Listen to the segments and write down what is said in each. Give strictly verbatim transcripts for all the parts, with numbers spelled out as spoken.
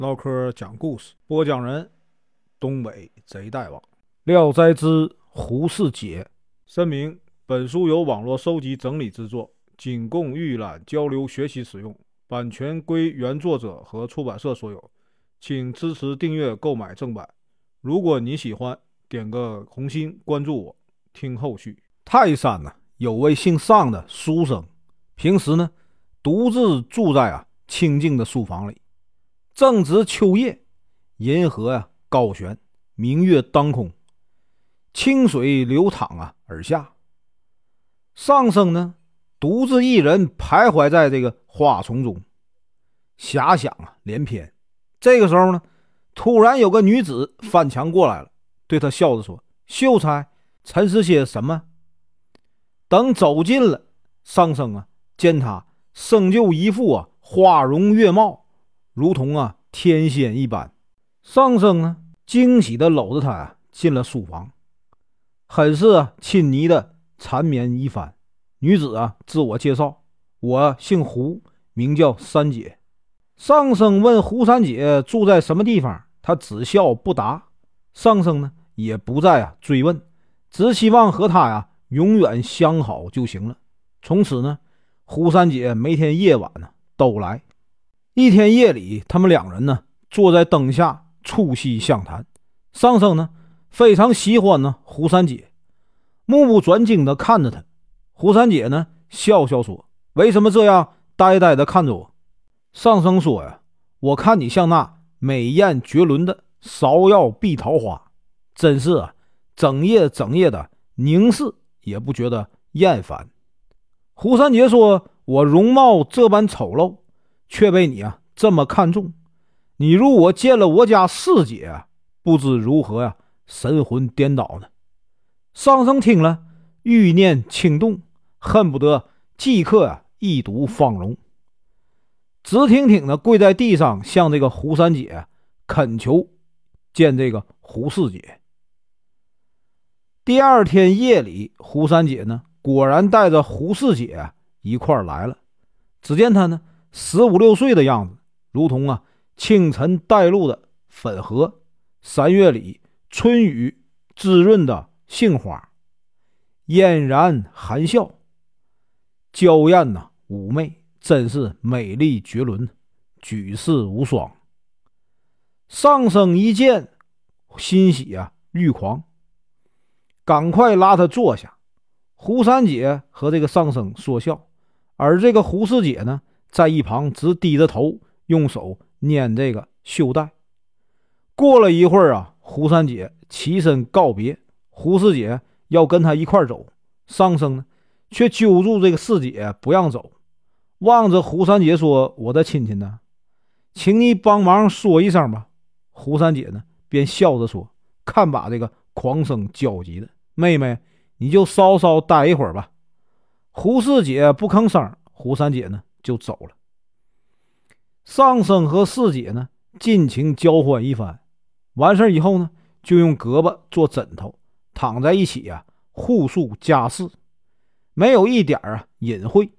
唠嗑讲故事，播讲人东北贼大王。聊斋之胡适杰。声明：本书由网络收集整理制作，仅供预览、交流、学习使用，版权归原作者和出版社所有，请支持订阅、购买正版。如果你喜欢，点个红心，关注我，听后续。泰山呢、啊，有位姓尚的书生，平时呢独自住在啊清静的书房里。正值秋夜，银河啊高悬，明月当空，清水流淌啊而下。上生呢独自一人徘徊在这个花丛中，遐想啊连篇。这个时候呢，突然有个女子翻墙过来了，对他笑着说：“秀才，曾是些什么？”等走近了，上生啊见他生就一副啊花容月貌，如同啊天仙一般。上生呢惊喜地搂着他啊进了书房，很是啊亲昵的缠绵一番。女子啊自我介绍：“我姓胡，名叫三姐。”上生问胡三姐住在什么地方，她只笑不答。上生呢也不再啊追问，只希望和她呀永远相好就行了。从此呢，胡三姐每天夜晚呢都来。一天夜里，他们两人呢坐在灯下促膝相谈。上生呢非常喜欢呢胡三姐，目不转睛地看着她。胡三姐呢笑笑说：“为什么这样呆呆地看着我？”上生说呀：“我看你像那美艳绝伦的芍药碧桃花，真是啊整夜整夜的凝视也不觉得厌烦。”胡三姐说：“我容貌这般丑陋，却被你啊这么看重，你如果见了我家四姐啊，不知如何呀、啊、神魂颠倒呢？”上生听了，欲念轻动，恨不得即刻啊一睹芳容，直挺挺的跪在地上，向这个胡三姐、啊、恳求见这个胡四姐。第二天夜里，胡三姐呢果然带着胡四姐、啊、一块儿来了。只见她呢十五六岁的样子，如同啊清晨带露的粉荷，三月里春雨滋润的杏花，嫣然含笑，娇艳呐、啊、妩媚，真是美丽绝伦，举世无双。上生一见，欣喜啊欲狂，赶快拉他坐下。胡三姐和这个上生说笑，而这个胡四姐呢在一旁只低着头，用手捻这个袖带。过了一会儿啊，胡三姐起身告别，胡四姐要跟他一块走，上生呢却揪住这个四姐不让走，望着胡三姐说：“我的亲亲呢，请你帮忙说一声吧。”胡三姐呢便笑着说：“看把这个狂生焦急的，妹妹你就稍稍待一会儿吧。”胡四姐不吭声，胡三姐呢就走了。上生和四姐呢尽情交欢一番，完事以后呢就用胳膊做枕头，躺在一起啊互诉家事，没有一点啊隐晦。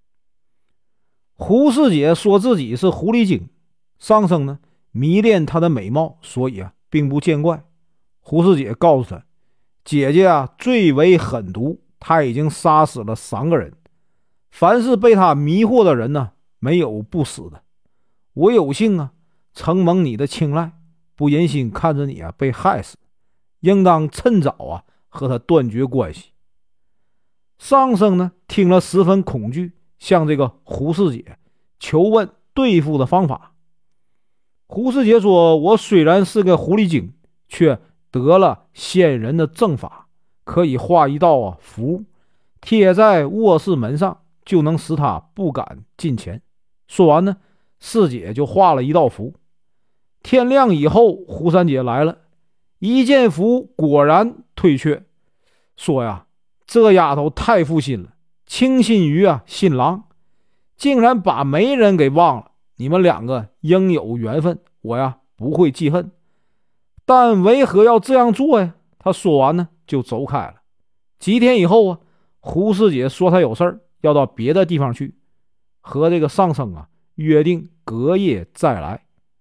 胡四姐说自己是狐狸精，上生呢迷恋她的美貌，所以啊并不见怪。胡四姐告诉她，姐姐啊最为狠毒，她已经杀死了三个人，凡是被她迷惑的人呢，没有不死的。我有幸啊承蒙你的青睐，不忍心看着你啊被害死，应当趁早啊和他断绝关系。上生呢听了十分恐惧，向这个胡四姐求问对付的方法。胡四姐说：“我虽然是个狐狸精，却得了仙人的正法，可以画一道啊符，贴在卧室门上，就能使他不敢近前。”说完呢，四姐就画了一道符。天亮以后，胡三姐来了，一见符果然退却，说呀：“这丫头太负心了，倾心于啊新郎，竟然把媒人给忘了。你们两个应有缘分，我呀不会记恨，但为何要这样做呀？”他说完呢就走开了。几天以后啊，胡四姐说她有事儿要到别的地方去，和这个上生啊约定隔夜再来。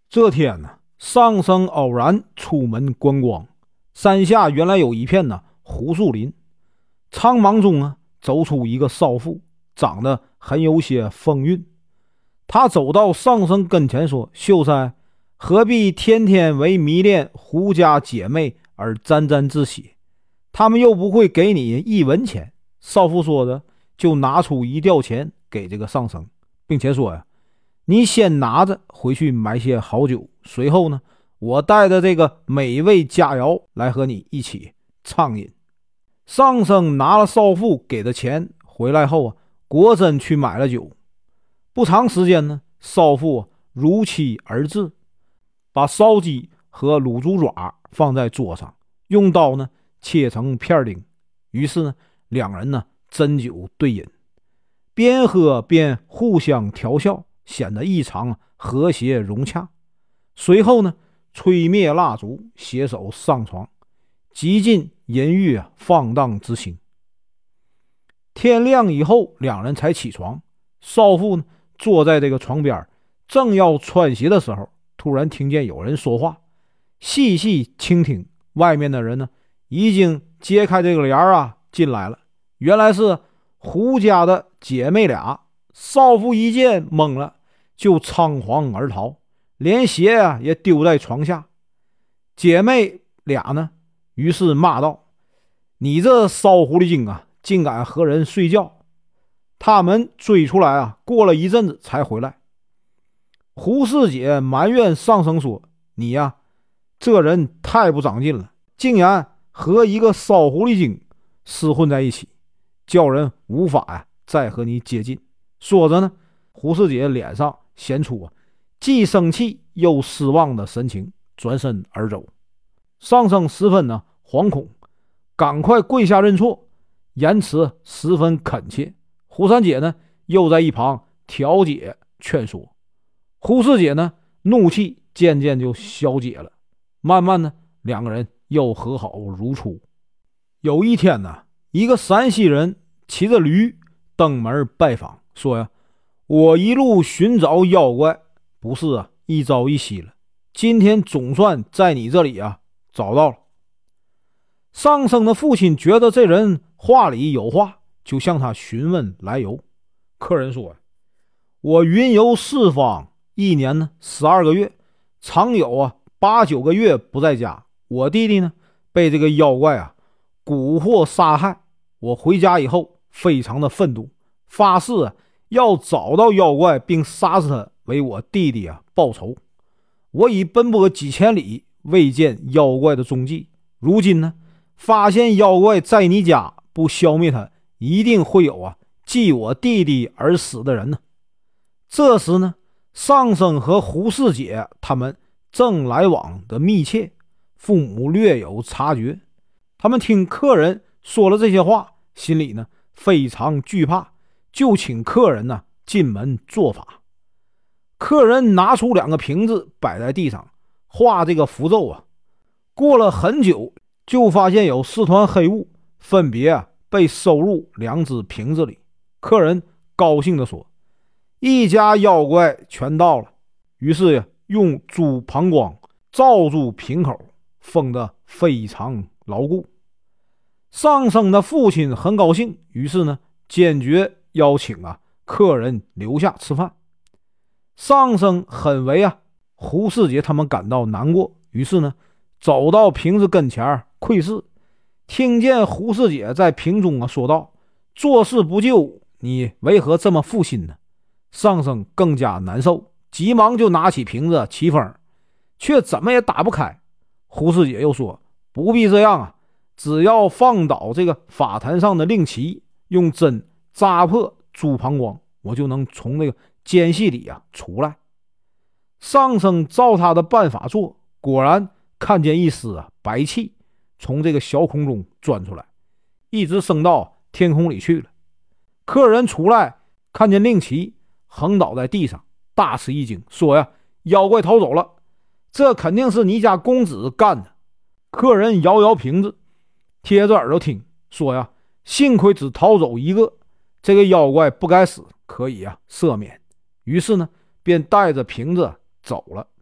这天呢，上僧偶然出门观光，山下原来有一片呢胡树林，苍茫中啊走出一个少妇，长得很有些风韵。他走到上僧跟前说：秀才，何必天天为迷恋胡家姐妹而沾沾自喜？他们又不会给你一文钱。少妇说着就拿出一吊钱给这个上僧，并且说呀，你先拿着回去买些好酒，随后呢，我带着这个美味佳肴来和你一起畅饮。上僧拿了少妇给的钱回来后啊，果真去买了酒。不长时间呢，少妇如期而至，把烧鸡和卤猪爪放在桌上，用刀呢切成片丁。于是呢，两人呢斟酒对饮，边喝边互相调笑，显得异常和谐融洽。随后呢，吹灭蜡烛，携手上床，极尽淫欲啊放荡之情。天亮以后，两人才起床。少妇呢坐在这个床边，正要穿鞋的时候，突然听见有人说话，细细倾听，外面的人呢已经揭开这个帘啊进来了。原来是胡家的姐妹俩。少妇一见懵了，就仓皇而逃，连鞋啊也丢在床下。姐妹俩呢于是骂道：你这骚狐狸精啊，竟敢和人睡觉！他们追出来啊，过了一阵子才回来。胡四姐埋怨上僧说：你呀、啊，这人太不长进了，竟然和一个骚狐狸精厮混在一起，叫人无法呀、啊、再和你接近。说着呢，胡四姐脸上显出啊既生气又失望的神情，转身而走。上僧十分呢惶恐，赶快跪下认错，言辞十分恳切。胡三姐呢又在一旁调解劝说。胡四姐呢怒气渐渐就消解了，慢慢呢两个人又和好如初。有一天呢，一个山西人骑着驴登门拜访，说呀，我一路寻找妖怪，不是啊一朝一夕了，今天总算在你这里啊找到了。上僧的父亲觉得这人话里有话，就向他询问来由。客人说，我云游四方，一年呢十二个月，常有啊八九个月不在家。我弟弟呢被这个妖怪啊蛊惑杀害，我回家以后非常的愤怒，发誓啊要找到妖怪并杀死他，为我弟弟啊报仇。我已奔波几千里，未见妖怪的踪迹，如今呢发现妖怪在你家，不消灭他，一定会有啊继我弟弟而死的人呢。这时呢，上僧和胡四姐他们正来往的密切，父母略有察觉。他们听客人说了这些话，心里呢非常惧怕，就请客人呢进门做法。客人拿出两个瓶子摆在地上，画这个符咒啊。过了很久，就发现有四团黑雾分别啊被收入两只瓶子里。客人高兴地说，一家妖怪全到了。于是用猪膀胱罩住瓶口，封得非常牢固。上僧的父亲很高兴，于是呢坚决邀请啊客人留下吃饭。上僧很为啊胡四姐他们感到难过，于是呢走到瓶子跟前窥视，听见胡四姐在瓶中啊说道，做事不救，你为何这么负心呢？上僧更加难受，急忙就拿起瓶子起风，却怎么也打不开。胡四姐又说，不必这样啊，只要放倒这个法坛上的令旗，用针扎破猪膀胱，我就能从那个间隙里啊出来。上僧照他的办法做，果然看见一丝啊白气从这个小孔中钻出来，一直升到天空里去了。客人出来看见令旗横倒在地上，大吃一惊，说呀，妖怪逃走了，这肯定是你家公子干的。客人摇摇瓶子，贴着耳朵听，说呀，幸亏只逃走一个，这个妖怪不该死，可以啊赦免。于是呢便带着瓶子走了。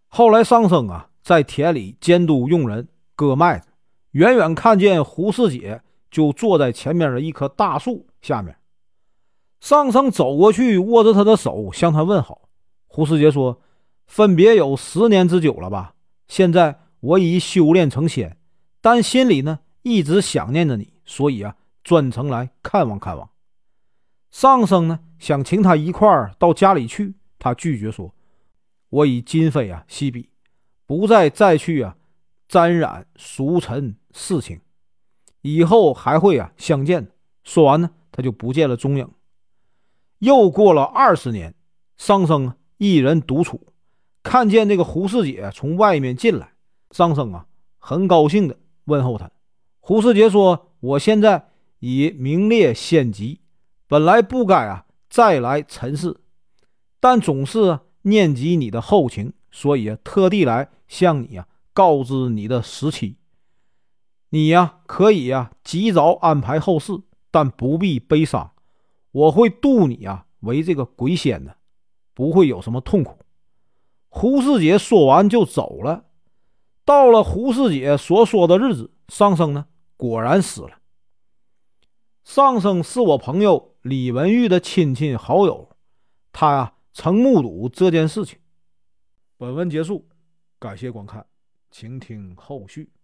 后来上僧啊在田里监督佣人割麦子，远远看见胡四姐就坐在前面的一棵大树下面。上僧走过去握着她的手向她问好。胡四姐说，分别有十年之久了吧，现在我已修炼成仙，但心里呢一直想念着你，所以啊专程来看望看望。上僧呢想请他一块儿到家里去，他拒绝说，我已今非啊昔比，不再再去啊沾染俗尘事情，以后还会啊相见的。说完呢他就不见了踪影。又过了二十年，上僧一人独处，看见这个胡四姐从外面进来，上僧啊很高兴的问候她。胡四姐说，我现在已名列仙籍，本来不该啊再来尘世，但总是、啊、念及你的厚情，所以啊特地来向你啊告知你的时期。你呀、啊、可以啊及早安排后事，但不必悲伤，我会度你啊为这个鬼仙的，不会有什么痛苦。胡四姐说完就走了。到了胡四姐所说的日子，上僧呢果然死了。上僧是我朋友李文玉的亲戚好友，他呀、啊、曾目睹这件事情。本文结束，感谢观看，请听后续。